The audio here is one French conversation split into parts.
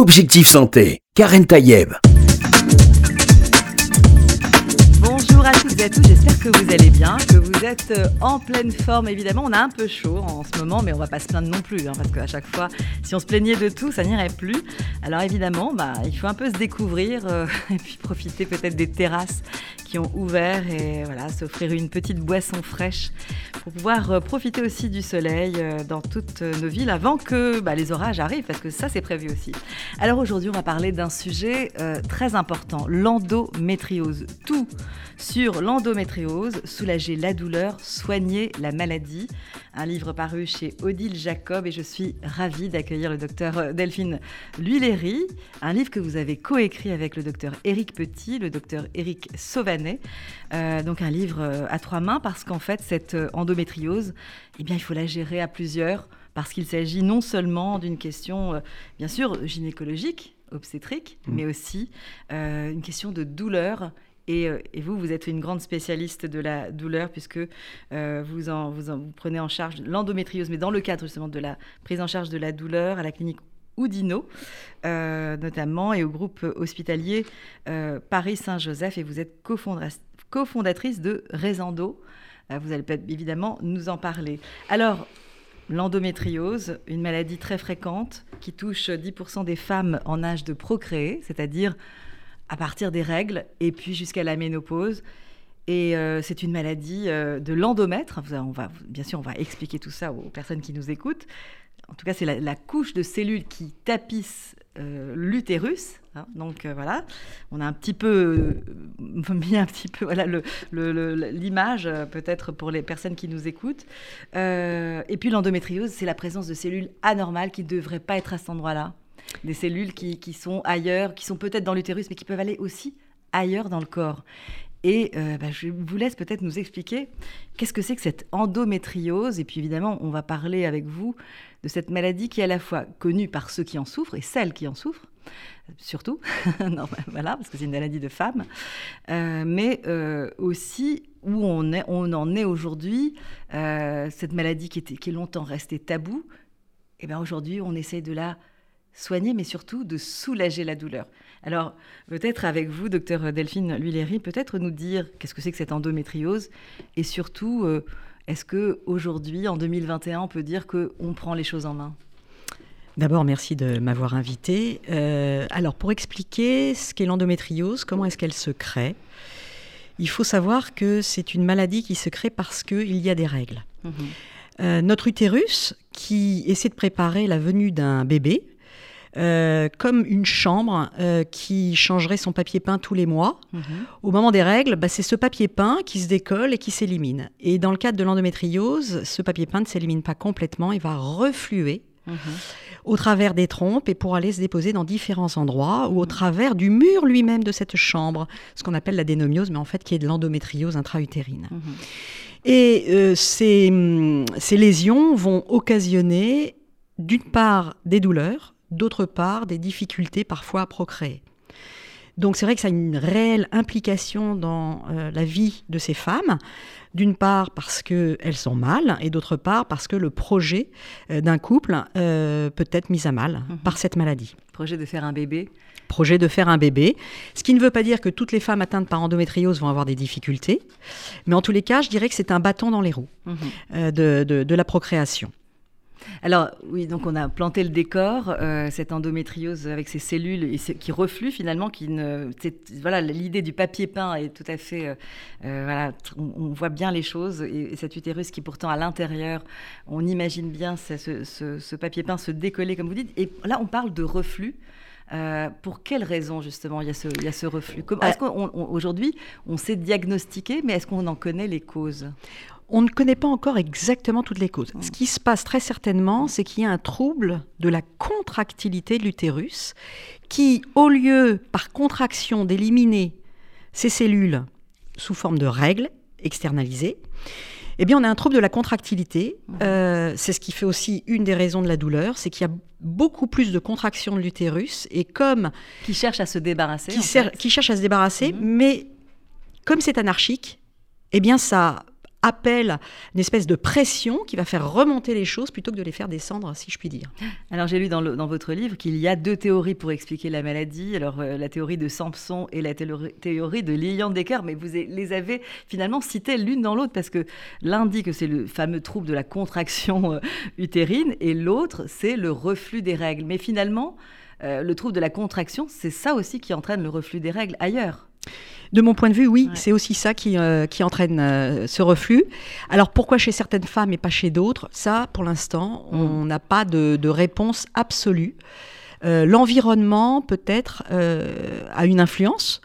Objectif Santé, Karen Tayeb. Bonjour à toutes et à tous, j'espère que vous allez bien, que vous êtes en pleine forme. Évidemment, on a un peu chaud en ce moment, mais on ne va pas se plaindre non plus, parce qu'à chaque fois, si on se plaignait de tout, ça n'irait plus. Alors évidemment, il faut un peu se découvrir et puis profiter peut-être des terrasses qui ont ouvert et voilà, s'offrir une petite boisson fraîche pour pouvoir profiter aussi du soleil dans toutes nos villes avant que les orages arrivent, parce que ça, c'est prévu aussi. Alors aujourd'hui, on va parler d'un sujet très important, l'endométriose. Tout sur l'endométriose, soulager la douleur, soigner la maladie. Un livre paru chez Odile Jacob et je suis ravie d'accueillir le docteur Delphine L'Huilleri. Un livre que vous avez coécrit avec le docteur Éric Petit, le docteur Éric Sauvanet. Donc un livre à trois mains parce qu'en fait, cette endométriose, il faut la gérer à plusieurs parce qu'il s'agit non seulement d'une question, bien sûr, gynécologique, obstétrique, mais aussi une question de douleur. Et vous êtes une grande spécialiste de la douleur puisque vous prenez en charge l'endométriose, mais dans le cadre justement de la prise en charge de la douleur à la clinique Oudinot, notamment, et au groupe hospitalier Paris Saint-Joseph, et vous êtes cofondatrice de Resendo. Vous allez peut-être évidemment nous en parler. Alors, l'endométriose, une maladie très fréquente qui touche 10% des femmes en âge de procréer, c'est-à-dire à partir des règles et puis jusqu'à la ménopause. Et c'est une maladie de l'endomètre. Bien sûr, on va expliquer tout ça aux personnes qui nous écoutent. En tout cas, c'est la couche de cellules qui tapissent l'utérus. Donc voilà, on a un petit peu mis l'image peut-être pour les personnes qui nous écoutent. Et puis l'endométriose, c'est la présence de cellules anormales qui ne devraient pas être à cet endroit-là. Des cellules qui sont ailleurs, qui sont peut-être dans l'utérus, mais qui peuvent aller aussi ailleurs dans le corps. Et je vous laisse peut-être nous expliquer qu'est-ce que c'est que cette endométriose. Et puis évidemment, on va parler avec vous de cette maladie qui est à la fois connue par ceux qui en souffrent et celles qui en souffrent, surtout, parce que c'est une maladie de femmes, mais aussi où on en est aujourd'hui, cette maladie qui est longtemps restée taboue. Et aujourd'hui, on essaie de la soigner, mais surtout de soulager la douleur. Alors, peut-être avec vous, docteur Delphine L'Huilleri, peut-être nous dire qu'est-ce que c'est que cette endométriose et surtout, est-ce qu'aujourd'hui, en 2021, on peut dire qu'on prend les choses en main ? D'abord, merci de m'avoir invitée. Alors, pour expliquer ce qu'est l'endométriose, comment est-ce qu'elle se crée, il faut savoir que c'est une maladie qui se crée parce qu'il y a des règles. Notre utérus, qui essaie de préparer la venue d'un bébé, comme une chambre qui changerait son papier peint tous les mois. Au moment des règles, c'est ce papier peint qui se décolle et qui s'élimine. Et dans le cadre de l'endométriose, ce papier peint ne s'élimine pas complètement, il va refluer au travers des trompes et pour aller se déposer dans différents endroits ou au travers du mur lui-même de cette chambre, ce qu'on appelle l'adénomiose, mais en fait qui est de l'endométriose intra-utérine. Et ces lésions vont occasionner d'une part des douleurs, d'autre part, des difficultés parfois à procréer. Donc c'est vrai que ça a une réelle implication dans la vie de ces femmes, d'une part parce qu'elles sont mal, et d'autre part parce que le projet d'un couple peut être mis à mal par cette maladie. Projet de faire un bébé. Projet de faire un bébé, ce qui ne veut pas dire que toutes les femmes atteintes par endométriose vont avoir des difficultés, mais en tous les cas, je dirais que c'est un bâton dans les roues de la procréation. Alors oui, donc on a planté le décor, cette endométriose avec ces cellules qui refluent finalement, l'idée du papier peint est tout à fait, on voit bien les choses et cet utérus qui pourtant à l'intérieur, on imagine bien ce papier peint se décoller comme vous dites, et là on parle de reflux. Pour quelles raisons justement il y a ce reflux ? Est-ce qu'aujourd'hui on sait diagnostiquer, mais est-ce qu'on en connaît les causes ? On ne connaît pas encore exactement toutes les causes. Ce qui se passe très certainement, c'est qu'il y a un trouble de la contractilité de l'utérus qui, au lieu, par contraction, d'éliminer ces cellules sous forme de règles externalisées, on a un trouble de la contractilité. C'est ce qui fait aussi une des raisons de la douleur, c'est qu'il y a beaucoup plus de contraction de l'utérus et comme... Qui cherche à se débarrasser. Qui cherche à se débarrasser, mais comme c'est anarchique, ça appelle une espèce de pression qui va faire remonter les choses plutôt que de les faire descendre, si je puis dire. Alors j'ai lu dans votre livre qu'il y a 2 théories pour expliquer la maladie. Alors la théorie de Samson et la théorie de Lilian Decker, mais vous les avez finalement citées l'une dans l'autre parce que l'un dit que c'est le fameux trouble de la contraction utérine et l'autre c'est le reflux des règles. Mais finalement, le trouble de la contraction, c'est ça aussi qui entraîne le reflux des règles ailleurs. De mon point de vue, oui, c'est aussi ça qui entraîne ce reflux. Alors pourquoi chez certaines femmes et pas chez d'autres ? Ça, pour l'instant, on n'a pas de réponse absolue. L'environnement, peut-être, a une influence.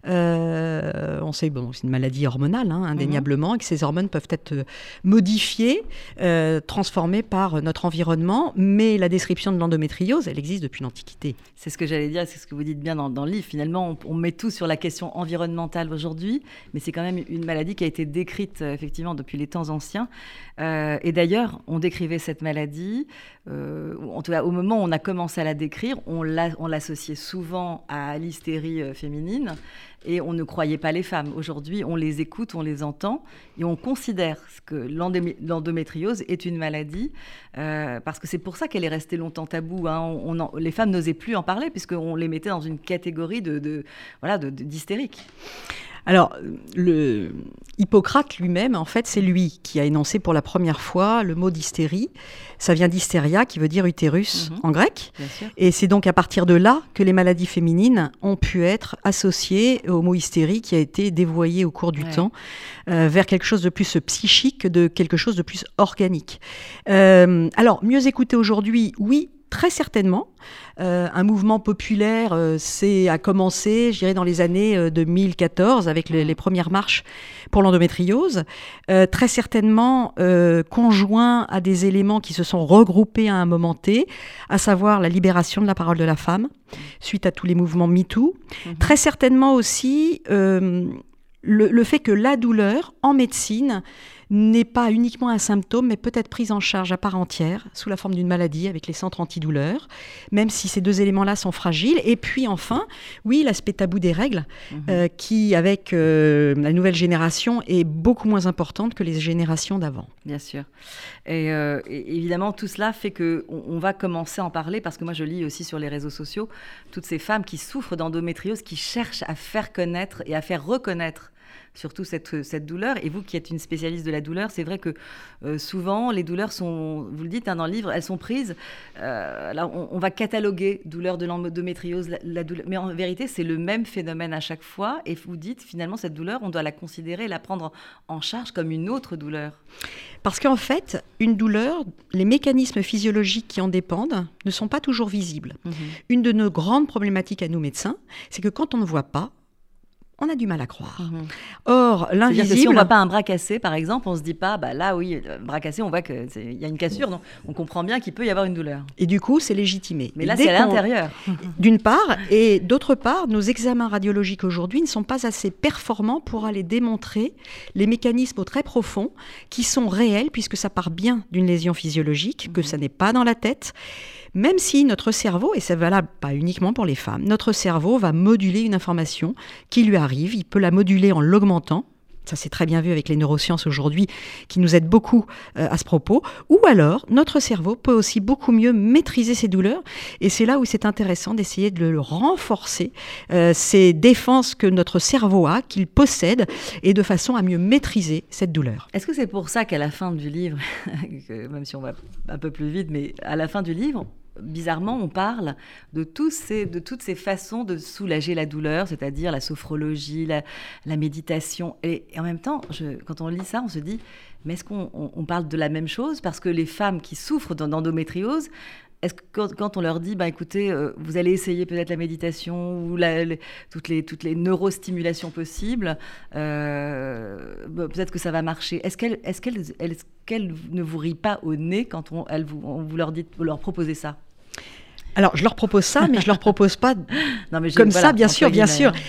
On sait, c'est une maladie hormonale, indéniablement, et que ces hormones peuvent être modifiées, transformées par notre environnement, mais la description de l'endométriose, elle existe depuis l'Antiquité. C'est ce que j'allais dire, c'est ce que vous dites bien dans le livre. Finalement, on met tout sur la question environnementale aujourd'hui, mais c'est quand même une maladie qui a été décrite effectivement depuis les temps anciens. Et d'ailleurs, on décrivait cette maladie, en tout cas au moment où on a commencé à la décrire, on l'associait souvent à l'hystérie féminine. Et on ne croyait pas les femmes. Aujourd'hui, on les écoute, on les entend et on considère que l'endométriose est une maladie parce que c'est pour ça qu'elle est restée longtemps taboue. Les femmes n'osaient plus en parler puisqu'on les mettait dans une catégorie d'hystériques. Alors, Hippocrate lui-même, en fait, c'est lui qui a énoncé pour la première fois le mot d'hystérie. Ça vient d'hystéria, qui veut dire utérus en grec. Et c'est donc à partir de là que les maladies féminines ont pu être associées au mot hystérie, qui a été dévoyé au cours du temps vers quelque chose de plus psychique, de quelque chose de plus organique. Alors, mieux écouter aujourd'hui, oui, très certainement. Un mouvement populaire a commencé, je dirais, dans les années 2014 avec les premières marches pour l'endométriose. Très certainement conjoint à des éléments qui se sont regroupés à un moment T, à savoir la libération de la parole de la femme suite à tous les mouvements MeToo. Très certainement aussi le fait que la douleur en médecine n'est pas uniquement un symptôme, mais peut être prise en charge à part entière, sous la forme d'une maladie, avec les centres antidouleurs, même si ces 2 éléments-là sont fragiles. Et puis enfin, oui, l'aspect tabou des règles, qui, avec la nouvelle génération, est beaucoup moins importante que les générations d'avant. Bien sûr. Et évidemment, tout cela fait qu'on va commencer à en parler, parce que moi, je lis aussi sur les réseaux sociaux toutes ces femmes qui souffrent d'endométriose, qui cherchent à faire connaître et à faire reconnaître surtout cette douleur. Et vous qui êtes une spécialiste de la douleur, c'est vrai que souvent les douleurs sont, vous le dites dans le livre, elles sont prises. Là, on va cataloguer douleur de l'endométriose, la douleur, mais en vérité c'est le même phénomène à chaque fois. Et vous dites finalement cette douleur, on doit la considérer, la prendre en charge comme une autre douleur. Parce qu'en fait, une douleur, les mécanismes physiologiques qui en dépendent ne sont pas toujours visibles. Une de nos grandes problématiques à nous médecins, c'est que quand on ne voit pas, on a du mal à croire. Or, l'invisible... C'est-à-dire que si on ne voit pas un bras cassé, par exemple, on ne se dit pas, là, oui, bras cassé, on voit qu'il y a une cassure, donc on comprend bien qu'il peut y avoir une douleur. Et du coup, c'est légitimé. Mais là, c'est à l'intérieur. D'une part, et d'autre part, nos examens radiologiques aujourd'hui ne sont pas assez performants pour aller démontrer les mécanismes très profonds qui sont réels, puisque ça part bien d'une lésion physiologique, que ça n'est pas dans la tête. Même si notre cerveau, et c'est valable pas uniquement pour les femmes, notre cerveau va moduler une information qui lui arrive, il peut la moduler en l'augmentant, ça c'est très bien vu avec les neurosciences aujourd'hui qui nous aident beaucoup à ce propos, ou alors notre cerveau peut aussi beaucoup mieux maîtriser ses douleurs, et c'est là où c'est intéressant d'essayer de le renforcer, ces défenses que notre cerveau a, qu'il possède, et de façon à mieux maîtriser cette douleur. Est-ce que c'est pour ça qu'à la fin du livre, même si on va un peu plus vite, mais à la fin du livre, bizarrement, on parle de toutes ces façons de soulager la douleur, c'est-à-dire la sophrologie, la méditation. Et en même temps, quand on lit ça, on se dit, mais est-ce qu'on parle de la même chose ? Parce que les femmes qui souffrent d'endométriose, est-ce que quand on leur dit, écoutez, vous allez essayer peut-être la méditation ou toutes les neurostimulations possibles, peut-être que ça va marcher. Est-ce qu'elles ne vous rient pas au nez quand vous leur proposez ça ? Alors, je leur propose ça, mais je leur propose pas ça, bien sûr.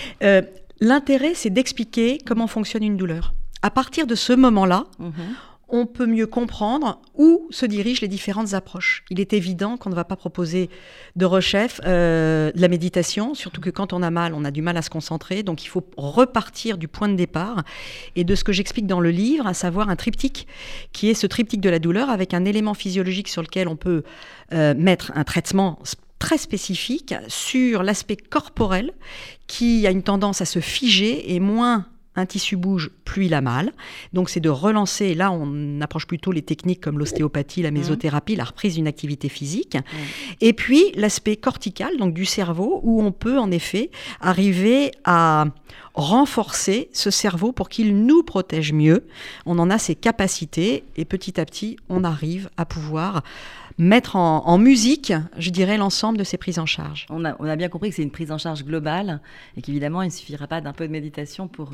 L'intérêt, c'est d'expliquer comment fonctionne une douleur. À partir de ce moment-là, on peut mieux comprendre où se dirigent les différentes approches. Il est évident qu'on ne va pas proposer de rechef de la méditation, surtout que quand on a mal, on a du mal à se concentrer, donc il faut repartir du point de départ et de ce que j'explique dans le livre, à savoir un triptyque, qui est ce triptyque de la douleur avec un élément physiologique sur lequel on peut mettre un traitement très spécifique sur l'aspect corporel qui a une tendance à se figer et moins un tissu bouge, plus il a mal. Donc, c'est de relancer. Et là, on approche plutôt les techniques comme l'ostéopathie, la mésothérapie, la reprise d'une activité physique. Et puis, l'aspect cortical, donc du cerveau, où on peut en effet arriver à renforcer ce cerveau pour qu'il nous protège mieux. On en a ses capacités et petit à petit, on arrive à pouvoir mettre en musique, je dirais, l'ensemble de ces prises en charge. On a bien compris que c'est une prise en charge globale et qu'évidemment, il ne suffira pas d'un peu de méditation pour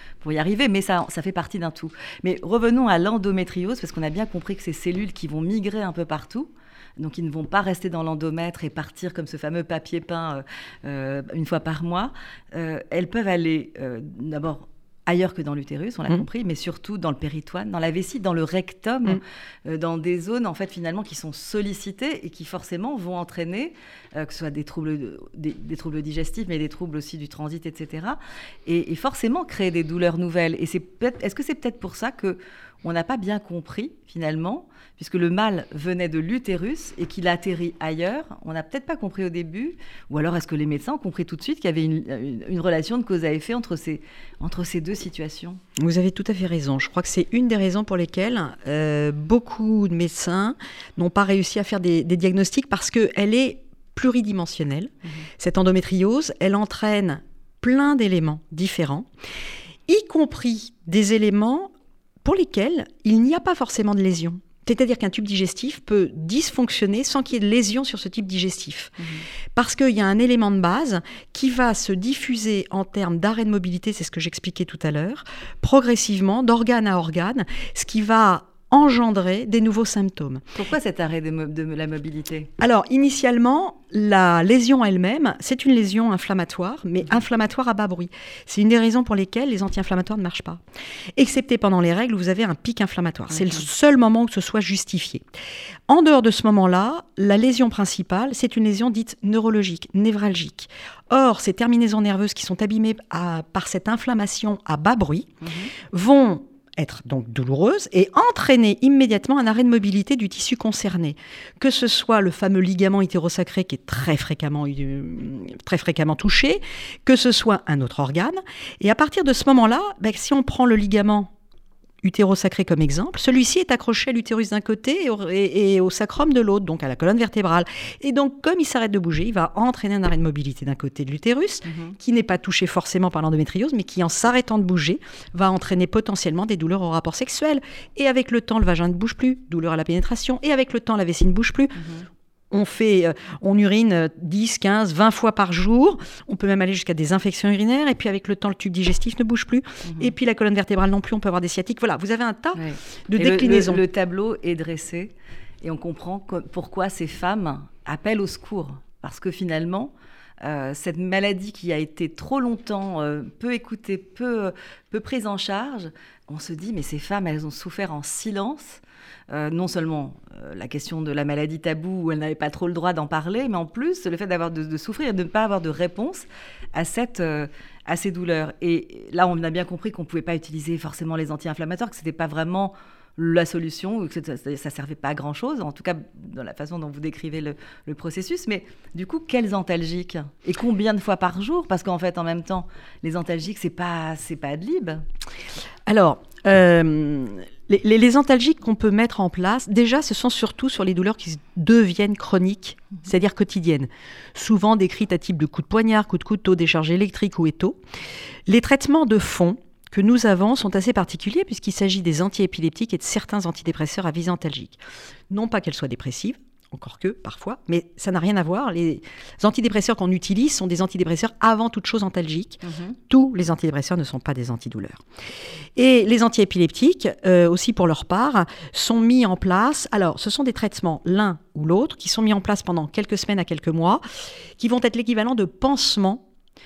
y arriver, mais ça fait partie d'un tout. Mais revenons à l'endométriose, parce qu'on a bien compris que ces cellules qui vont migrer un peu partout, donc ils ne vont pas rester dans l'endomètre et partir comme ce fameux papier peint une fois par mois, elles peuvent aller d'abord ailleurs que dans l'utérus, on l'a compris, mais surtout dans le péritoine, dans la vessie, dans le rectum, dans des zones en fait finalement qui sont sollicitées et qui forcément vont entraîner que ce soit des troubles digestifs, mais des troubles aussi du transit, etc. Et forcément créer des douleurs nouvelles. Et est-ce que c'est peut-être pour ça que on n'a pas bien compris finalement, puisque le mal venait de l'utérus et qu'il a atterri ailleurs, on n'a peut-être pas compris au début, ou alors est-ce que les médecins ont compris tout de suite qu'il y avait une relation de cause à effet entre ces deux situations ? Vous avez tout à fait raison. Je crois que c'est une des raisons pour lesquelles beaucoup de médecins n'ont pas réussi à faire des diagnostics, parce qu'elle est pluridimensionnelle. Cette endométriose, elle entraîne plein d'éléments différents, y compris des éléments pour lesquels il n'y a pas forcément de lésion. C'est-à-dire qu'un tube digestif peut dysfonctionner sans qu'il y ait de lésion sur ce tube digestif. Parce qu'il y a un élément de base qui va se diffuser en termes d'arrêt de mobilité, c'est ce que j'expliquais tout à l'heure, progressivement, d'organe à organe, ce qui va engendrer des nouveaux symptômes. Pourquoi cet arrêt de la mobilité ? Alors, initialement, la lésion elle-même, c'est une lésion inflammatoire, mais inflammatoire à bas bruit. C'est une des raisons pour lesquelles les anti-inflammatoires ne marchent pas. Excepté pendant les règles où vous avez un pic inflammatoire. C'est le seul moment où ce soit justifié. En dehors de ce moment-là, la lésion principale, c'est une lésion dite neurologique, névralgique. Or, ces terminaisons nerveuses qui sont abîmées par cette inflammation à bas bruit vont être donc douloureuse et entraîner immédiatement un arrêt de mobilité du tissu concerné. Que ce soit le fameux ligament utérosacré qui est très fréquemment touché, que ce soit un autre organe. Et à partir de ce moment-là, si on prend le ligament utérosacré comme exemple, celui-ci est accroché à l'utérus d'un côté et au sacrum de l'autre, donc à la colonne vertébrale. Et donc, comme il s'arrête de bouger, il va entraîner un arrêt de mobilité d'un côté de l'utérus, qui n'est pas touché forcément par l'endométriose, mais qui, en s'arrêtant de bouger, va entraîner potentiellement des douleurs au rapport sexuel. Et avec le temps, le vagin ne bouge plus, douleur à la pénétration. Et avec le temps, la vessie ne bouge plus. On urine 10, 15, 20 fois par jour. On peut même aller jusqu'à des infections urinaires. Et puis, avec le temps, le tube digestif ne bouge plus. Et puis, la colonne vertébrale non plus. On peut avoir des sciatiques. Voilà, vous avez un tas de déclinaisons. Le tableau est dressé et on comprend pourquoi ces femmes appellent au secours. Parce que finalement, cette maladie qui a été trop longtemps peu écoutée, peu prise en charge, on se dit, mais ces femmes, elles ont souffert en silence. Non seulement la question de la maladie taboue où elles n'avaient pas trop le droit d'en parler, mais en plus le fait de souffrir et de ne pas avoir de réponse à ces douleurs. Et là, on a bien compris qu'on ne pouvait pas utiliser forcément les anti-inflammatoires, que ce n'était pas vraiment la solution, ou que ça ne servait pas à grand-chose, en tout cas dans la façon dont vous décrivez le processus. Mais du coup, quels antalgiques ? Et combien de fois par jour ? Parce qu'en fait, en même temps, les antalgiques, c'est pas Adlib. Alors, les antalgiques qu'on peut mettre en place, déjà, ce sont surtout sur les douleurs qui deviennent chroniques, c'est-à-dire quotidiennes. Souvent décrites à type de coups de poignard, coups de couteau, décharge électrique ou étau. Les traitements de fond que nous avons sont assez particuliers puisqu'il s'agit des antiépileptiques et de certains antidépresseurs à visée antalgique. Non pas qu'elles soient dépressives, encore que parfois, mais ça n'a rien à voir. Les antidépresseurs qu'on utilise sont des antidépresseurs avant toute chose antalgiques. Tous les antidépresseurs ne sont pas des antidouleurs. Et les antiépileptiques, aussi pour leur part, sont mis en place. Alors, ce sont des traitements, l'un ou l'autre, qui sont mis en place pendant quelques semaines à quelques mois, qui vont être l'équivalent de pansements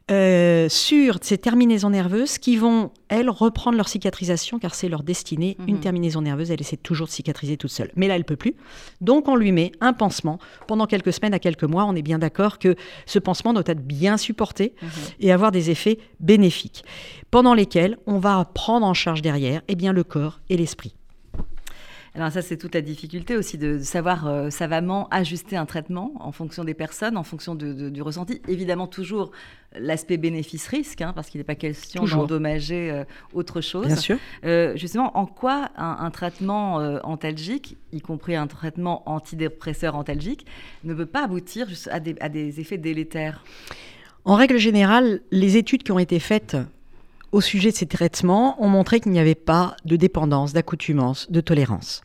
sur ces terminaisons nerveuses qui vont, elles, reprendre leur cicatrisation, car c'est leur destinée. Une terminaison nerveuse, elle essaie toujours de cicatriser toute seule. Mais là, elle ne peut plus. Donc, on lui met un pansement pendant quelques semaines à quelques mois. On est bien d'accord que ce pansement doit être bien supporté et avoir des effets bénéfiques, pendant lesquels on va prendre en charge derrière le corps et l'esprit. Alors ça, c'est toute la difficulté aussi de savoir savamment ajuster un traitement en fonction des personnes, en fonction du ressenti. Évidemment, toujours l'aspect bénéfice-risque, parce qu'il n'est pas question d'endommager autre chose. Bien sûr. Justement, en quoi un traitement antalgique, y compris un traitement antidépresseur antalgique, ne peut pas aboutir à des effets délétères ? En règle générale, les études qui ont été faites au sujet de ces traitements ont montré qu'il n'y avait pas de dépendance, d'accoutumance, de tolérance.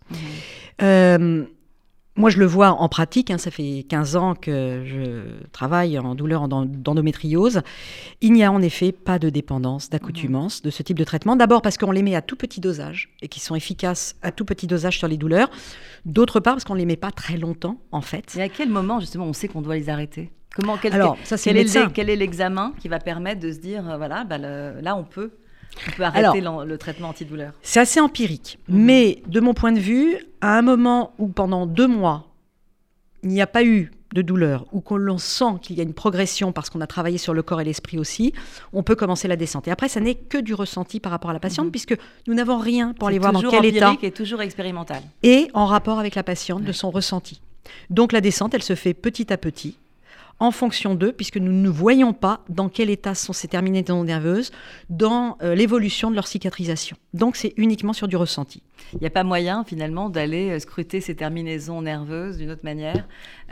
Moi, je le vois en pratique, ça fait 15 ans que je travaille en douleur d'endométriose. Il n'y a en effet pas de dépendance, d'accoutumance de ce type de traitement. D'abord parce qu'on les met à tout petit dosage et qui sont efficaces à tout petit dosage sur les douleurs. D'autre part parce qu'on ne les met pas très longtemps, en fait. Et à quel moment, justement, on sait qu'on doit les arrêter ? Quel est l'examen qui va permettre de se dire, là, on peut arrêter le traitement antidouleur ? C'est assez empirique. Mais de mon point de vue, à un moment où pendant 2 mois, il n'y a pas eu de douleur, ou que l'on sent qu'il y a une progression parce qu'on a travaillé sur le corps et l'esprit aussi, on peut commencer la descente. Et après, ça n'est que du ressenti par rapport à la patiente, puisque nous n'avons rien pour aller voir dans quel état. C'est toujours empirique et toujours expérimental. Et en rapport avec la patiente de son ressenti. Donc la descente, elle se fait petit à petit, en fonction d'eux, puisque nous ne voyons pas dans quel état sont ces terminaisons nerveuses dans l'évolution de leur cicatrisation. Donc, c'est uniquement sur du ressenti. Il n'y a pas moyen, finalement, d'aller scruter ces terminaisons nerveuses d'une autre manière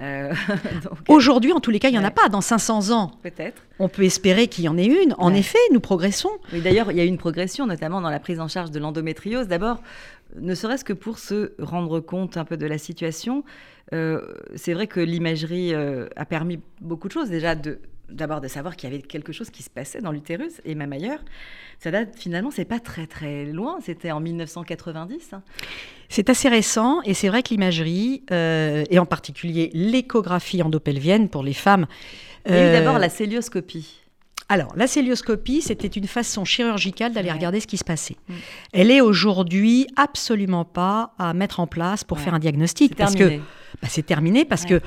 Aujourd'hui, en tous les cas, il n'y en a pas. Dans 500 ans, peut-être. On peut espérer qu'il y en ait une. En effet, nous progressons. Oui, d'ailleurs, il y a une progression, notamment dans la prise en charge de l'endométriose. D'abord, ne serait-ce que pour se rendre compte un peu de la situation. C'est vrai que l'imagerie a permis beaucoup de choses. Déjà, d'abord de savoir qu'il y avait quelque chose qui se passait dans l'utérus et même ailleurs. Ça date, finalement, c'est pas très très loin. C'était en 1990. C'est assez récent et c'est vrai que l'imagerie, et en particulier l'échographie endopelvienne pour les femmes... Il y a eu d'abord la cœlioscopie. Alors, la cœlioscopie, c'était une façon chirurgicale d'aller regarder ce qui se passait. Elle est aujourd'hui absolument pas à mettre en place pour faire un diagnostic. C'est terminé parce que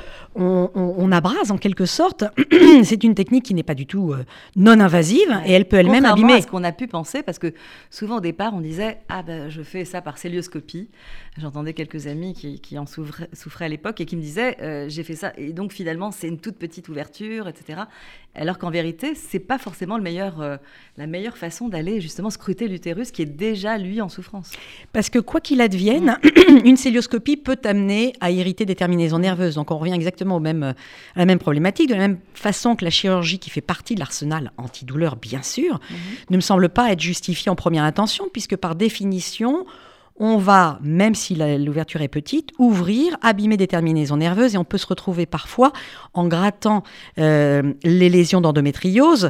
on abrase en quelque sorte. C'est une technique qui n'est pas du tout non invasive et elle peut elle-même abîmer. Contrairement à ce qu'on a pu penser, parce que souvent au départ on disait je fais ça par cœlioscopie. J'entendais quelques amis qui en souffraient à l'époque et qui me disaient j'ai fait ça et donc finalement c'est une toute petite ouverture, etc. Alors qu'en vérité c'est pas forcément la meilleure façon d'aller justement scruter l'utérus qui est déjà lui en souffrance. Parce que quoi qu'il advienne, une cœlioscopie peut amener à irriter des terminaisons nerveuses. Donc on revient exactement à la même problématique, de la même façon que la chirurgie qui fait partie de l'arsenal antidouleur, bien sûr, ne me semble pas être justifiée en première intention, puisque par définition, on va, même si l'ouverture est petite, ouvrir, abîmer des terminaisons nerveuses et on peut se retrouver parfois, en grattant les lésions d'endométriose,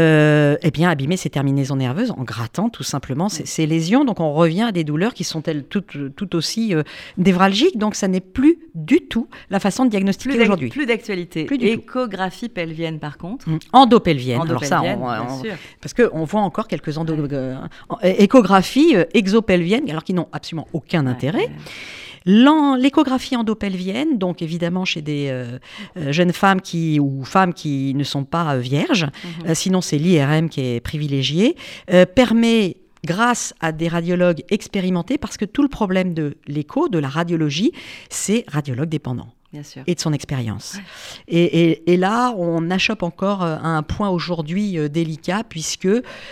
abîmer ces terminaisons nerveuses en grattant tout simplement ces lésions. Donc on revient à des douleurs qui sont elles tout aussi névralgiques. Donc ça n'est plus du tout la façon de diagnostiquer aujourd'hui. Plus d'actualité. Échographie pelvienne par contre. Endopelvienne. Alors ça, parce qu'on voit encore quelques échographies exopelviennes, alors qu'ils n'ont absolument aucun intérêt. L'échographie endopelvienne, donc évidemment chez des jeunes femmes ou femmes qui ne sont pas vierges, sinon c'est l'IRM qui est privilégié, permet, grâce à des radiologues expérimentés, parce que tout le problème de l'écho, de la radiologie, c'est radiologue dépendant. Bien sûr. Et de son expérience. Ouais. Et là, on achoppe encore à un point aujourd'hui délicat, puisque,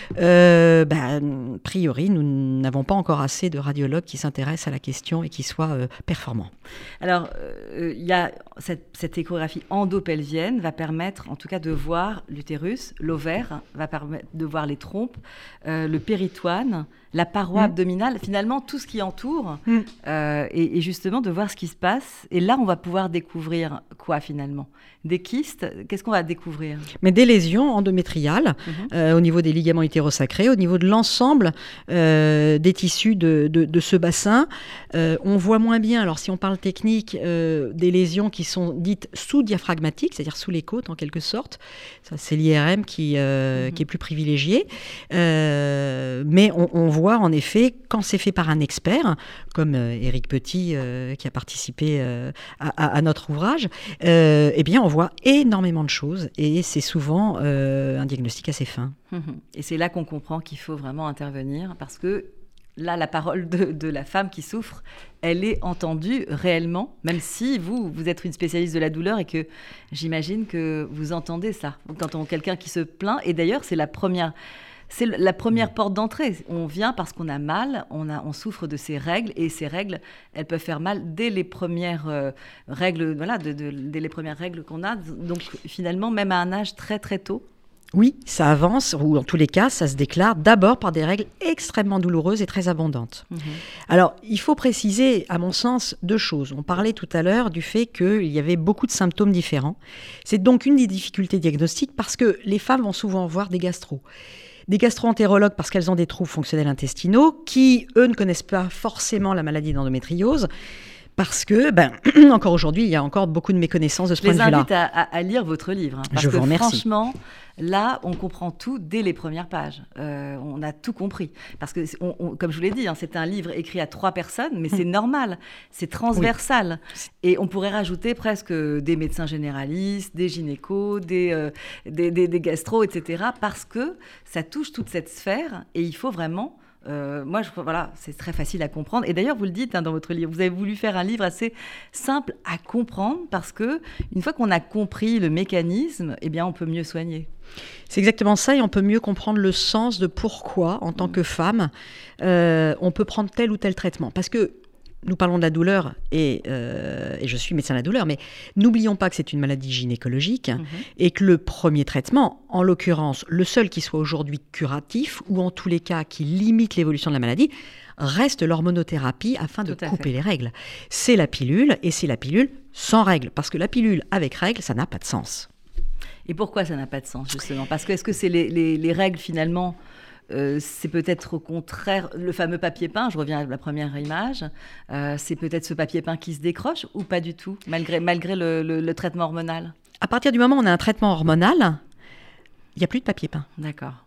a priori, nous n'avons pas encore assez de radiologues qui s'intéressent à la question et qui soient performants. Alors, il y a cette échographie endopelvienne va permettre, en tout cas, de voir l'utérus, l'ovaire, va permettre de voir les trompes, le péritoine, la paroi abdominale, finalement tout ce qui entoure, et justement de voir ce qui se passe. Et là, on va pouvoir pouvoir découvrir quoi finalement ? Des kystes ? Qu'est-ce qu'on va découvrir ? Mais des lésions endométriales au niveau des ligaments utérosacrés, au niveau de l'ensemble des tissus de ce bassin. On voit moins bien, alors si on parle technique, des lésions qui sont dites sous-diaphragmatiques, c'est-à-dire sous les côtes en quelque sorte. Ça, c'est l'IRM qui est plus privilégié. Mais on voit en effet, quand c'est fait par un expert, comme Éric Petit qui a participé à notre ouvrage, eh bien on voit énormément de choses et c'est souvent un diagnostic assez fin. Et c'est là qu'on comprend qu'il faut vraiment intervenir parce que là, la parole de la femme qui souffre, elle est entendue réellement, même si vous êtes une spécialiste de la douleur et que j'imagine que vous entendez ça. Quand quelqu'un qui se plaint, et d'ailleurs c'est la première porte d'entrée. On vient parce qu'on a mal, on souffre de ces règles, et ces règles, elles peuvent faire mal dès les premières règles, dès les premières règles qu'on a. Donc finalement, même à un âge très très tôt. Oui, ça avance, ou en tous les cas, ça se déclare d'abord par des règles extrêmement douloureuses et très abondantes. Alors, il faut préciser, à mon sens, 2 choses. On parlait tout à l'heure du fait qu'il y avait beaucoup de symptômes différents. C'est donc une des difficultés diagnostiques parce que les femmes vont souvent voir des gastros. Des gastro-entérologues parce qu'elles ont des troubles fonctionnels intestinaux qui, eux, ne connaissent pas forcément la maladie d'endométriose. Parce que, encore aujourd'hui, il y a encore beaucoup de méconnaissances de ce point de vue-là. Je les invite à lire votre livre. Parce Je vous remercie. Franchement, là, on comprend tout dès les premières pages. On a tout compris. Parce que, comme je vous l'ai dit, c'est un livre écrit à 3 personnes, mais c'est normal, c'est transversal. Oui. Et on pourrait rajouter presque des médecins généralistes, des gynécos, des gastros, etc. Parce que ça touche toute cette sphère et il faut vraiment... c'est très facile à comprendre. Et d'ailleurs, vous le dites dans votre livre, vous avez voulu faire un livre assez simple à comprendre parce que une fois qu'on a compris le mécanisme, eh bien, on peut mieux soigner. C'est exactement ça, et on peut mieux comprendre le sens de pourquoi, en tant que femme, on peut prendre tel ou tel traitement. Parce que nous parlons de la douleur, et je suis médecin de la douleur, mais n'oublions pas que c'est une maladie gynécologique et que le premier traitement, en l'occurrence le seul qui soit aujourd'hui curatif, ou en tous les cas qui limite l'évolution de la maladie, reste l'hormonothérapie afin de couper les règles. C'est la pilule, et c'est la pilule sans règles, parce que la pilule avec règles, ça n'a pas de sens. Et pourquoi ça n'a pas de sens, justement ? Parce que est-ce que c'est les règles, finalement, c'est peut-être au contraire le fameux papier peint, je reviens à la première image, c'est peut-être ce papier peint qui se décroche ou pas du tout, malgré le traitement hormonal ? À partir du moment où on a un traitement hormonal, il n'y a plus de papier peint. D'accord.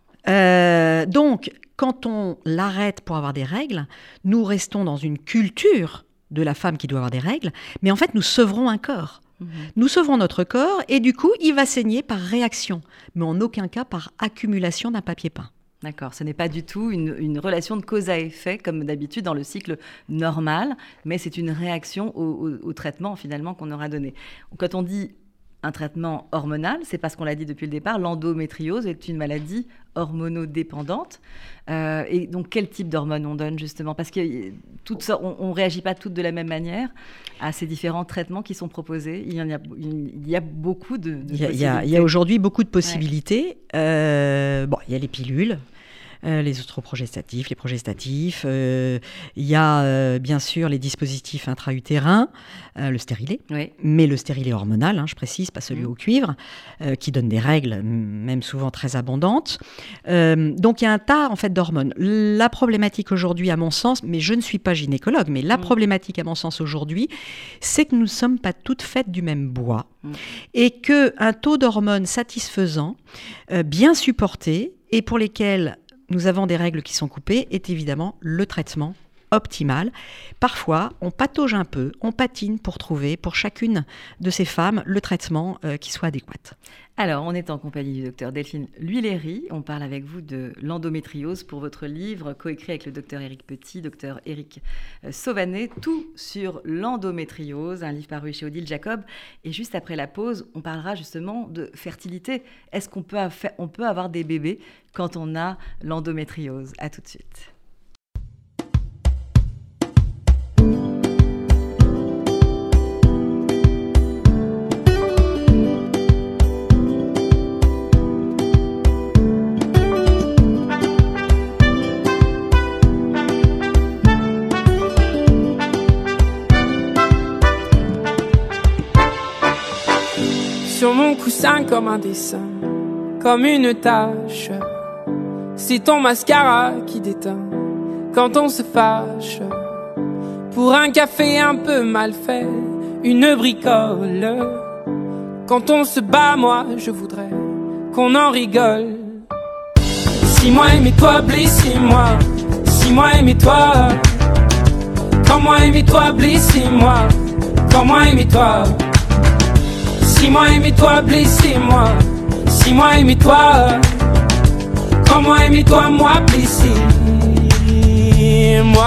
Donc, quand on l'arrête pour avoir des règles, nous restons dans une culture de la femme qui doit avoir des règles, mais en fait, nous sevrons un corps. Nous sauvons notre corps et du coup, il va saigner par réaction, mais en aucun cas par accumulation d'un papier peint. D'accord, ce n'est pas du tout une relation de cause à effet, comme d'habitude dans le cycle normal, mais c'est une réaction au traitement finalement qu'on aura donné. Quand on dit un traitement hormonal, c'est parce qu'on l'a dit depuis le départ, l'endométriose est une maladie hormonodépendante. Et donc, quel type d'hormones on donne justement ? Parce qu'on ne réagit pas toutes de la même manière à ces différents traitements qui sont proposés. Il y a beaucoup de possibilités. Il y a aujourd'hui beaucoup de possibilités. Ouais. Il y a les pilules. Les œstroprogestatifs, les progestatifs, il y a bien sûr les dispositifs intra-utérins, le stérilet, mais le stérilet hormonal, je précise, pas celui au cuivre, qui donne des règles, même souvent très abondantes. Donc il y a un tas en fait d'hormones. La problématique aujourd'hui, à mon sens, mais je ne suis pas gynécologue, mais la problématique à mon sens aujourd'hui, c'est que nous ne sommes pas toutes faites du même bois et qu'un taux d'hormones satisfaisant, bien supporté et pour lesquels nous avons des règles qui sont coupées, est évidemment le traitement optimal. Parfois, on patauge un peu, on patine pour trouver, pour chacune de ces femmes, le traitement qui soit adéquat. Alors, on est en compagnie du docteur Delphine L'Huilery. On parle avec vous de l'endométriose pour votre livre, coécrit avec le docteur Éric Petit, docteur Éric Sauvanet, tout sur l'endométriose, un livre paru chez Odile Jacob. Et juste après la pause, on parlera justement de fertilité. Est-ce qu'on peut avoir des bébés quand on a l'endométriose ? À tout de suite. coussin comme un dessin, comme une tache. C'est ton mascara qui déteint quand on se fâche. Pour un café un peu mal fait, une bricole. Quand on se bat, moi je voudrais qu'on en rigole. 6 mois aimez-toi, blessez-moi. 6 mois aimez-toi. Quand moi aimez-toi, blessez-moi. Quand moi aimez-toi. 6 mois aimez-toi, blessez-moi. 6 mois aimez-toi. Quand moi aimez-toi, moi blessez-moi.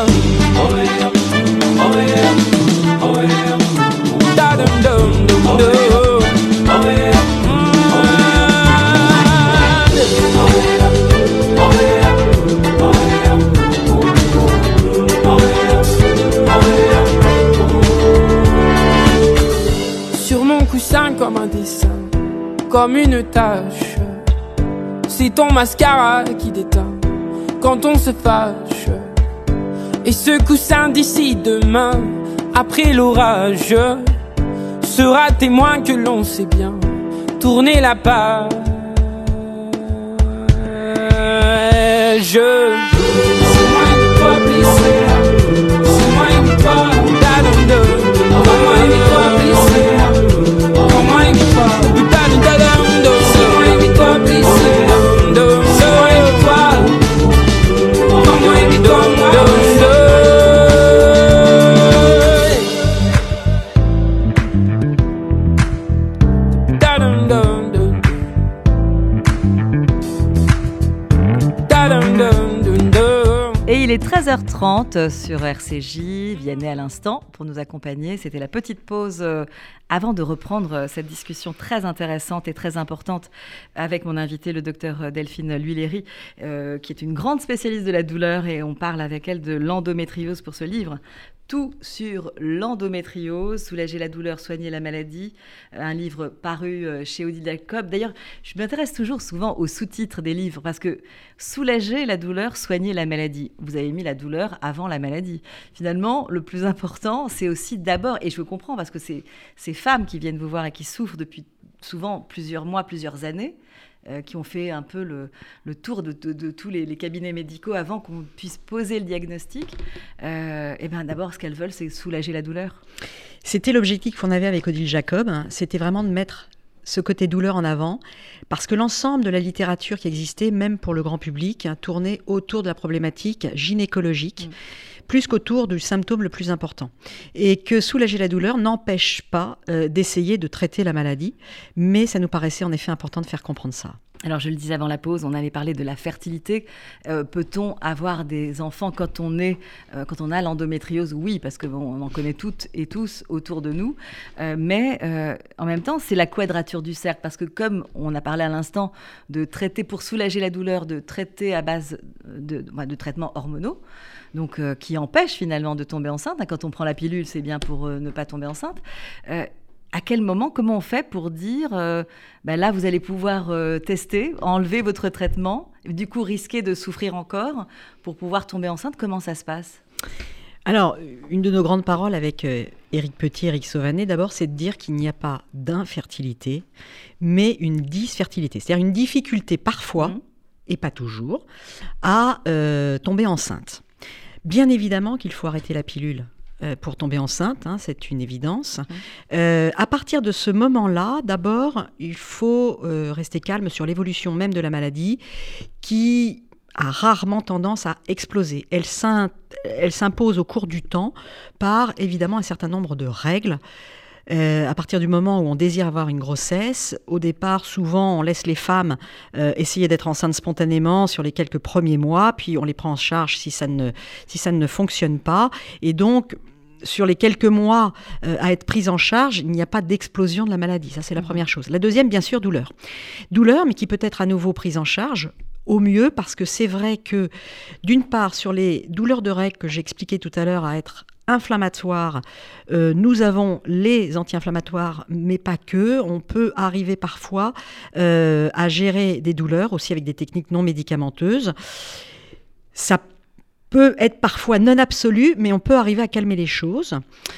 Sur mon coussin comme un dessin, comme une tache. C'est ton mascara qui déteint quand on se fâche. Et ce coussin d'ici demain, après l'orage, sera témoin que l'on sait bien tourner la page. C'est moi et toi blessé. C'est moi et toi. C'est moi et toi blessé. C'est moi et toi. C'est moi et toi blessé. C'est moi et toi. C'est moi et toi. Et il est 13h30 sur RCJ, Vianney à l'instant pour nous accompagner. C'était la petite pause avant de reprendre cette discussion très intéressante et très importante avec mon invité, le docteur Delphine L'Huilleri, qui est une grande spécialiste de la douleur, et on parle avec elle de l'endométriose pour ce livre. Tout sur l'endométriose, soulager la douleur, soigner la maladie, un livre paru chez Odile Jacob. D'ailleurs, je m'intéresse toujours souvent aux sous-titres des livres, parce que soulager la douleur, soigner la maladie. Vous avez mis la douleur avant la maladie. Finalement, le plus important, c'est aussi d'abord, et je comprends parce que c'est ces femmes qui viennent vous voir et qui souffrent depuis souvent plusieurs mois, plusieurs années, qui ont fait un peu le tour de tous les cabinets médicaux avant qu'on puisse poser le diagnostic. Et bien d'abord, ce qu'elles veulent, c'est soulager la douleur. C'était l'objectif qu'on avait avec Odile Jacob, c'était vraiment de mettre ce côté douleur en avant, parce que l'ensemble de la littérature qui existait, même pour le grand public, tournait autour de la problématique gynécologique, plus qu'autour du symptôme le plus important. Et que soulager la douleur n'empêche pas d'essayer de traiter la maladie, mais ça nous paraissait en effet important de faire comprendre ça. Alors, je le disais avant la pause, on allait parler de la fertilité. Peut-on avoir des enfants quand on a l'endométriose ? Oui, parce que on en connaît toutes et tous autour de nous. Mais en même temps, c'est la quadrature du cercle, parce que comme on a parlé à l'instant de traiter pour soulager la douleur, de traiter à base de traitements hormonaux, donc qui empêchent finalement de tomber enceinte. Quand on prend la pilule, c'est bien pour ne pas tomber enceinte. À quel moment, comment on fait pour dire là, vous allez pouvoir tester, enlever votre traitement, du coup risquer de souffrir encore pour pouvoir tomber enceinte? Comment ça se passe? Alors, une de nos grandes paroles avec Éric Petit, Éric Sauvanet, d'abord, c'est de dire qu'il n'y a pas d'infertilité, mais une dysfertilité. C'est-à-dire une difficulté parfois, et pas toujours, à tomber enceinte. Bien évidemment qu'il faut arrêter la pilule pour tomber enceinte, c'est une évidence. À partir de ce moment-là, d'abord, il faut rester calme sur l'évolution même de la maladie qui a rarement tendance à exploser. Elle s'impose au cours du temps par, évidemment, un certain nombre de règles. À partir du moment où on désire avoir une grossesse, au départ, souvent, on laisse les femmes essayer d'être enceintes spontanément sur les quelques premiers mois, puis on les prend en charge si ça ne fonctionne pas. Et donc, sur les quelques mois à être prises en charge, il n'y a pas d'explosion de la maladie. Ça, c'est la première chose. La deuxième, bien sûr, douleur. Douleur, mais qui peut être à nouveau prise en charge au mieux, parce que c'est vrai que, d'une part, sur les douleurs de règles que j'expliquais tout à l'heure à être inflammatoires, nous avons les anti-inflammatoires, mais pas que. On peut arriver parfois à gérer des douleurs, aussi avec des techniques non médicamenteuses. Ça peut être parfois non absolu, mais on peut arriver à calmer les choses.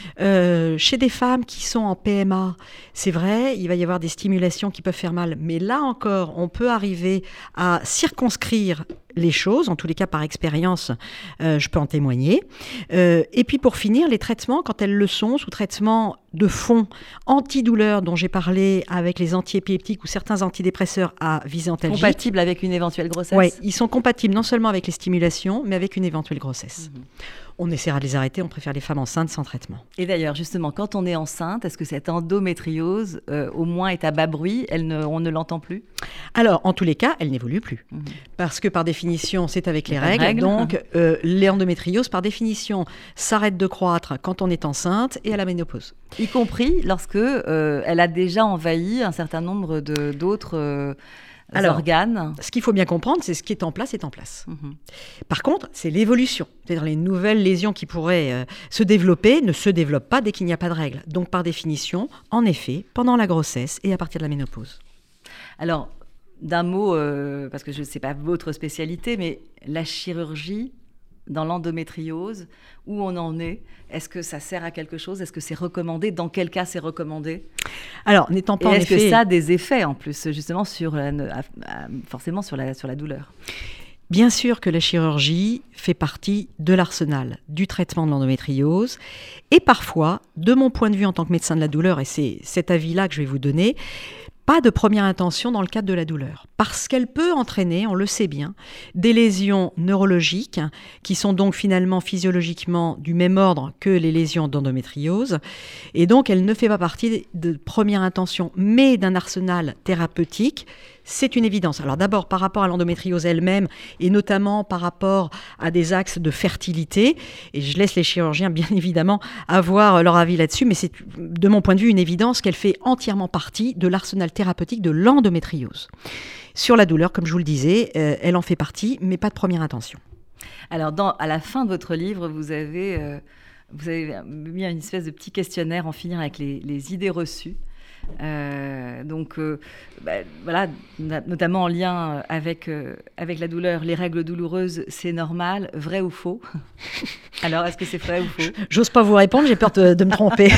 Chez des femmes qui sont en PMA, c'est vrai, il va y avoir des stimulations qui peuvent faire mal, mais là encore, on peut arriver à circonscrire les choses, en tous les cas par expérience, je peux en témoigner. Et puis pour finir, les traitements, quand elles le sont, sous traitement de fond antidouleur dont j'ai parlé avec les antiépileptiques ou certains antidépresseurs à visée antalgique. Compatibles avec une éventuelle grossesse. Oui, ils sont compatibles non seulement avec les stimulations, mais avec une éventuelle grossesse. On essaiera de les arrêter, on préfère les femmes enceintes sans traitement. Et d'ailleurs, justement, quand on est enceinte, est-ce que cette endométriose, au moins, est à bas bruit, on ne l'entend plus? Alors, en tous les cas, elle n'évolue plus. Parce que par définition, c'est avec les règles. Donc, l'endométriose, par définition, s'arrête de croître quand on est enceinte et à la ménopause. Y compris lorsque elle a déjà envahi un certain nombre d'autres organes. Ce qu'il faut bien comprendre, c'est ce qui est en place est en place. Par contre, c'est l'évolution. C'est-à-dire les nouvelles lésions qui pourraient se développer ne se développent pas dès qu'il n'y a pas de règles. Donc, par définition, en effet, pendant la grossesse et à partir de la ménopause. Alors, d'un mot, parce que je ne sais pas votre spécialité, mais la chirurgie dans l'endométriose, où on en est? Est-ce que ça sert à quelque chose? Est-ce que c'est recommandé? Dans quel cas c'est recommandé? Alors, n'étant pas et en est-ce effet... que ça a des effets en plus, justement, forcément sur la douleur? Bien sûr que la chirurgie fait partie de l'arsenal du traitement de l'endométriose. Et parfois, de mon point de vue en tant que médecin de la douleur, et c'est cet avis-là que je vais vous donner, pas de première intention dans le cadre de la douleur, parce qu'elle peut entraîner, on le sait bien, des lésions neurologiques qui sont donc finalement physiologiquement du même ordre que les lésions d'endométriose, et donc elle ne fait pas partie de première intention, mais d'un arsenal thérapeutique. C'est une évidence. Alors d'abord par rapport à l'endométriose elle-même et notamment par rapport à des axes de fertilité, et je laisse les chirurgiens bien évidemment avoir leur avis là-dessus, mais c'est de mon point de vue une évidence qu'elle fait entièrement partie de l'arsenal thérapeutique de l'endométriose. Sur la douleur, comme je vous le disais, elle en fait partie, mais pas de première intention. Alors à la fin de votre livre, vous avez mis une espèce de petit questionnaire en finir avec les idées reçues. Voilà, notamment en lien avec la douleur, les règles douloureuses, c'est normal, vrai ou faux? Alors, est-ce que c'est vrai ou faux? J'ose pas vous répondre, j'ai peur de me tromper.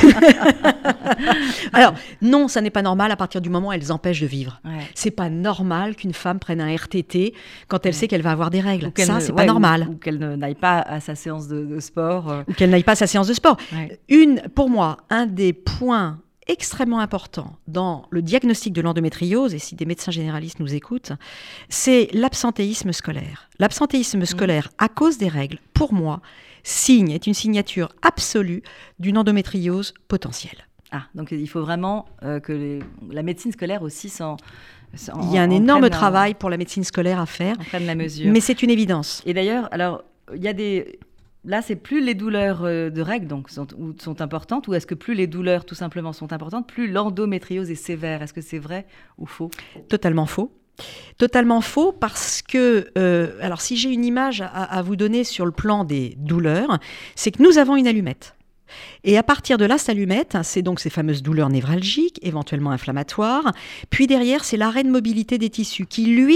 Alors, non, ça n'est pas normal à partir du moment où elles empêchent de vivre. Ouais. C'est pas normal qu'une femme prenne un RTT quand elle sait qu'elle va avoir des règles. Ça, c'est pas normal. Ou qu'elle n'aille pas à sa séance de sport. Ou qu'elle n'aille pas à sa séance de sport. Ouais. Pour moi, un des points extrêmement important dans le diagnostic de l'endométriose, et si des médecins généralistes nous écoutent, c'est l'absentéisme scolaire. L'absentéisme scolaire à cause des règles, pour moi, est une signature absolue d'une endométriose potentielle. Ah, donc il faut vraiment que la médecine scolaire aussi il y a un énorme travail pour la médecine scolaire à faire, en prenne la mesure. Mais c'est une évidence. Et d'ailleurs, alors, il y a des... Là, c'est plus les douleurs de règles donc, sont importantes, ou est-ce que plus les douleurs tout simplement sont importantes, plus l'endométriose est sévère? Est-ce que c'est vrai ou faux? Totalement faux. Totalement faux parce que, alors si j'ai une image à vous donner sur le plan des douleurs, c'est que nous avons une allumette. Et à partir de là, cette allumette, c'est donc ces fameuses douleurs névralgiques, éventuellement inflammatoires. Puis derrière, c'est l'arrêt de mobilité des tissus qui, lui,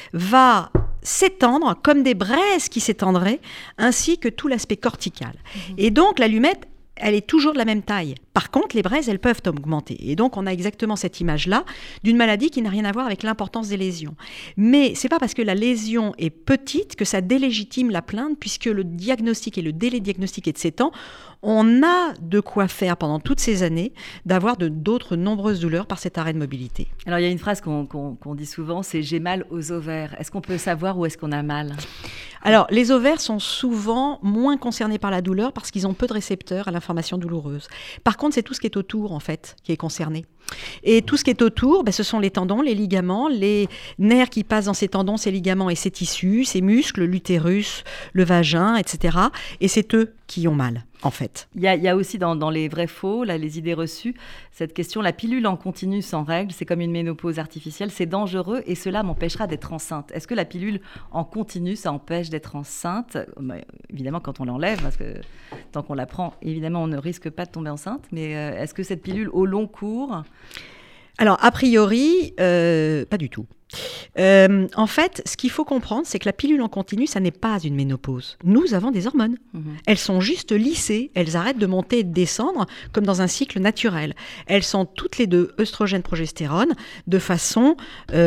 va s'étendre comme des braises qui s'étendraient, ainsi que tout l'aspect cortical. Et donc, l'allumette, elle est toujours de la même taille. Par contre, les braises, elles peuvent augmenter. Et donc, on a exactement cette image-là d'une maladie qui n'a rien à voir avec l'importance des lésions. Mais c'est pas parce que la lésion est petite que ça délégitime la plainte, puisque le diagnostic et le délai diagnostique est de 7 ans. On a de quoi faire pendant toutes ces années d'avoir d'autres nombreuses douleurs par cet arrêt de mobilité. Alors, il y a une phrase qu'on dit souvent, c'est « j'ai mal aux ovaires ». Est-ce qu'on peut savoir où est-ce qu'on a mal? Alors, les ovaires sont souvent moins concernés par la douleur parce qu'ils ont peu de récepteurs à l'information douloureuse. Par contre, c'est tout ce qui est autour, en fait, qui est concerné. Et tout ce qui est autour, ce sont les tendons, les ligaments, les nerfs qui passent dans ces tendons, ces ligaments et ces tissus, ces muscles, l'utérus, le vagin, etc. Et c'est eux qui ont mal, en fait. Il y a aussi dans les vrais faux, là, les idées reçues, cette question, la pilule en continu sans règles, c'est comme une ménopause artificielle, c'est dangereux et cela m'empêchera d'être enceinte. Est-ce que la pilule en continu, ça empêche d'être enceinte? Évidemment, quand on l'enlève, parce que tant qu'on la prend, évidemment, on ne risque pas de tomber enceinte, mais est-ce que cette pilule au long cours... Alors, a priori, pas du tout. En fait, ce qu'il faut comprendre, c'est que la pilule en continu, ça n'est pas une ménopause. Nous avons des hormones. Elles sont juste lissées, elles arrêtent de monter et de descendre comme dans un cycle naturel. Elles sont toutes les deux œstrogène, progestérone de façon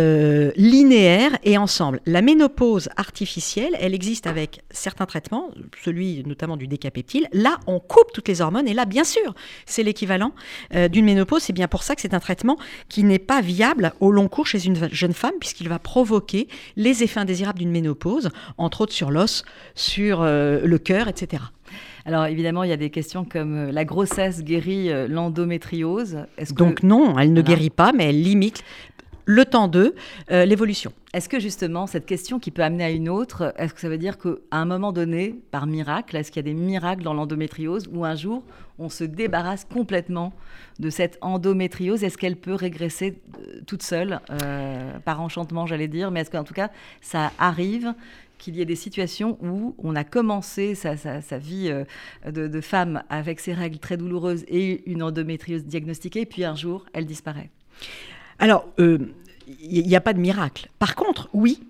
linéaire et ensemble. La ménopause artificielle, elle existe avec certains traitements, celui notamment du décapeptyle. Là, on coupe toutes les hormones et là, bien sûr, c'est l'équivalent d'une ménopause. C'est bien pour ça que c'est un traitement qui n'est pas viable au long cours chez une jeune femme puisqu'il va provoquer les effets indésirables d'une ménopause, entre autres sur l'os, sur le cœur, etc. Alors évidemment, il y a des questions comme la grossesse guérit l'endométriose. Donc non, elle ne guérit pas, mais elle limite le temps de l'évolution. Est-ce que justement, cette question qui peut amener à une autre, est-ce que ça veut dire qu'à un moment donné, par miracle, est-ce qu'il y a des miracles dans l'endométriose où un jour, on se débarrasse complètement de cette endométriose? Est-ce qu'elle peut régresser toute seule, par enchantement, j'allais dire, mais est-ce qu'en tout cas, ça arrive qu'il y ait des situations où on a commencé sa vie de femme avec ses règles très douloureuses et une endométriose diagnostiquée, puis un jour, elle disparaît? Alors, il n'y a pas de miracle. Par contre, oui,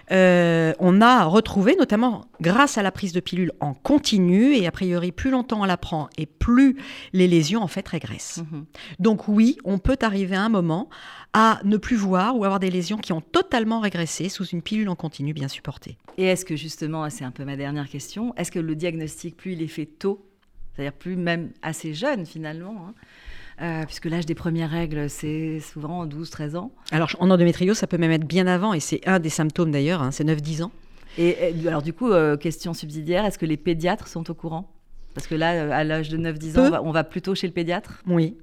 on a retrouvé, notamment grâce à la prise de pilule en continu, et a priori, plus longtemps on la prend et plus les lésions en fait régressent. Donc oui, on peut arriver à un moment à ne plus voir ou avoir des lésions qui ont totalement régressé sous une pilule en continu bien supportée. Et est-ce que justement, c'est un peu ma dernière question, est-ce que le diagnostic, plus il est fait tôt, c'est-à-dire plus même assez jeune finalement, puisque l'âge des premières règles, c'est souvent 12-13 ans. Alors, en endométriose, ça peut même être bien avant, et c'est un des symptômes d'ailleurs, c'est 9-10 ans. Et alors du coup, question subsidiaire, est-ce que les pédiatres sont au courant? Parce que là, à l'âge de 9-10 ans, on va plutôt chez le pédiatre? Oui,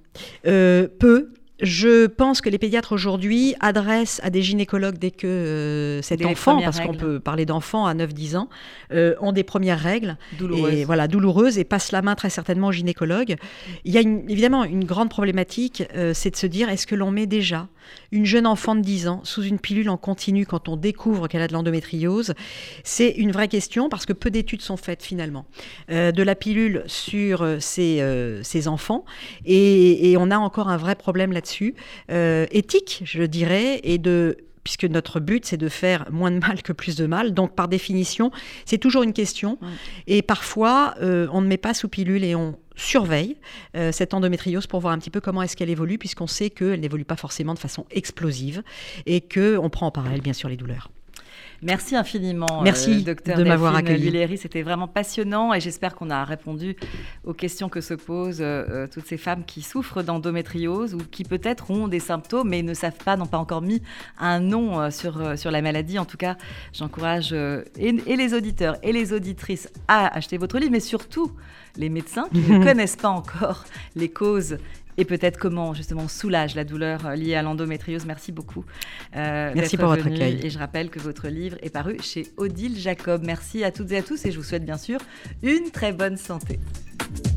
peu. Je pense que les pédiatres aujourd'hui adressent à des gynécologues dès que cet enfant, parce qu'on peut parler d'enfants à 9-10 ans, ont des premières règles douloureuses et passent la main très certainement au gynécologue. Il y a évidemment une grande problématique, c'est de se dire est-ce que l'on met déjà une jeune enfant de 10 ans sous une pilule en continu quand on découvre qu'elle a de l'endométriose? C'est une vraie question parce que peu d'études sont faites finalement de la pilule sur ces enfants et on a encore un vrai problème là-dessus, éthique je dirais, puisque notre but, c'est de faire moins de mal que plus de mal. Donc, par définition, c'est toujours une question. Et parfois, on ne met pas sous pilule et on surveille cette endométriose pour voir un petit peu comment est-ce qu'elle évolue, puisqu'on sait qu'elle n'évolue pas forcément de façon explosive et qu'on prend en parallèle, bien sûr, les douleurs. Merci infiniment, Merci docteur de m'avoir accueilli. Luiléry. C'était vraiment passionnant et j'espère qu'on a répondu aux questions que se posent toutes ces femmes qui souffrent d'endométriose ou qui peut-être ont des symptômes mais ne savent pas, n'ont pas encore mis un nom sur la maladie. En tout cas, j'encourage et les auditeurs et les auditrices à acheter votre livre, mais surtout les médecins qui ne connaissent pas encore les causes et peut-être comment justement on soulage la douleur liée à l'endométriose. Merci beaucoup. Merci pour votre accueil. Et je rappelle que votre livre est paru chez Odile Jacob. Merci à toutes et à tous et je vous souhaite bien sûr une très bonne santé.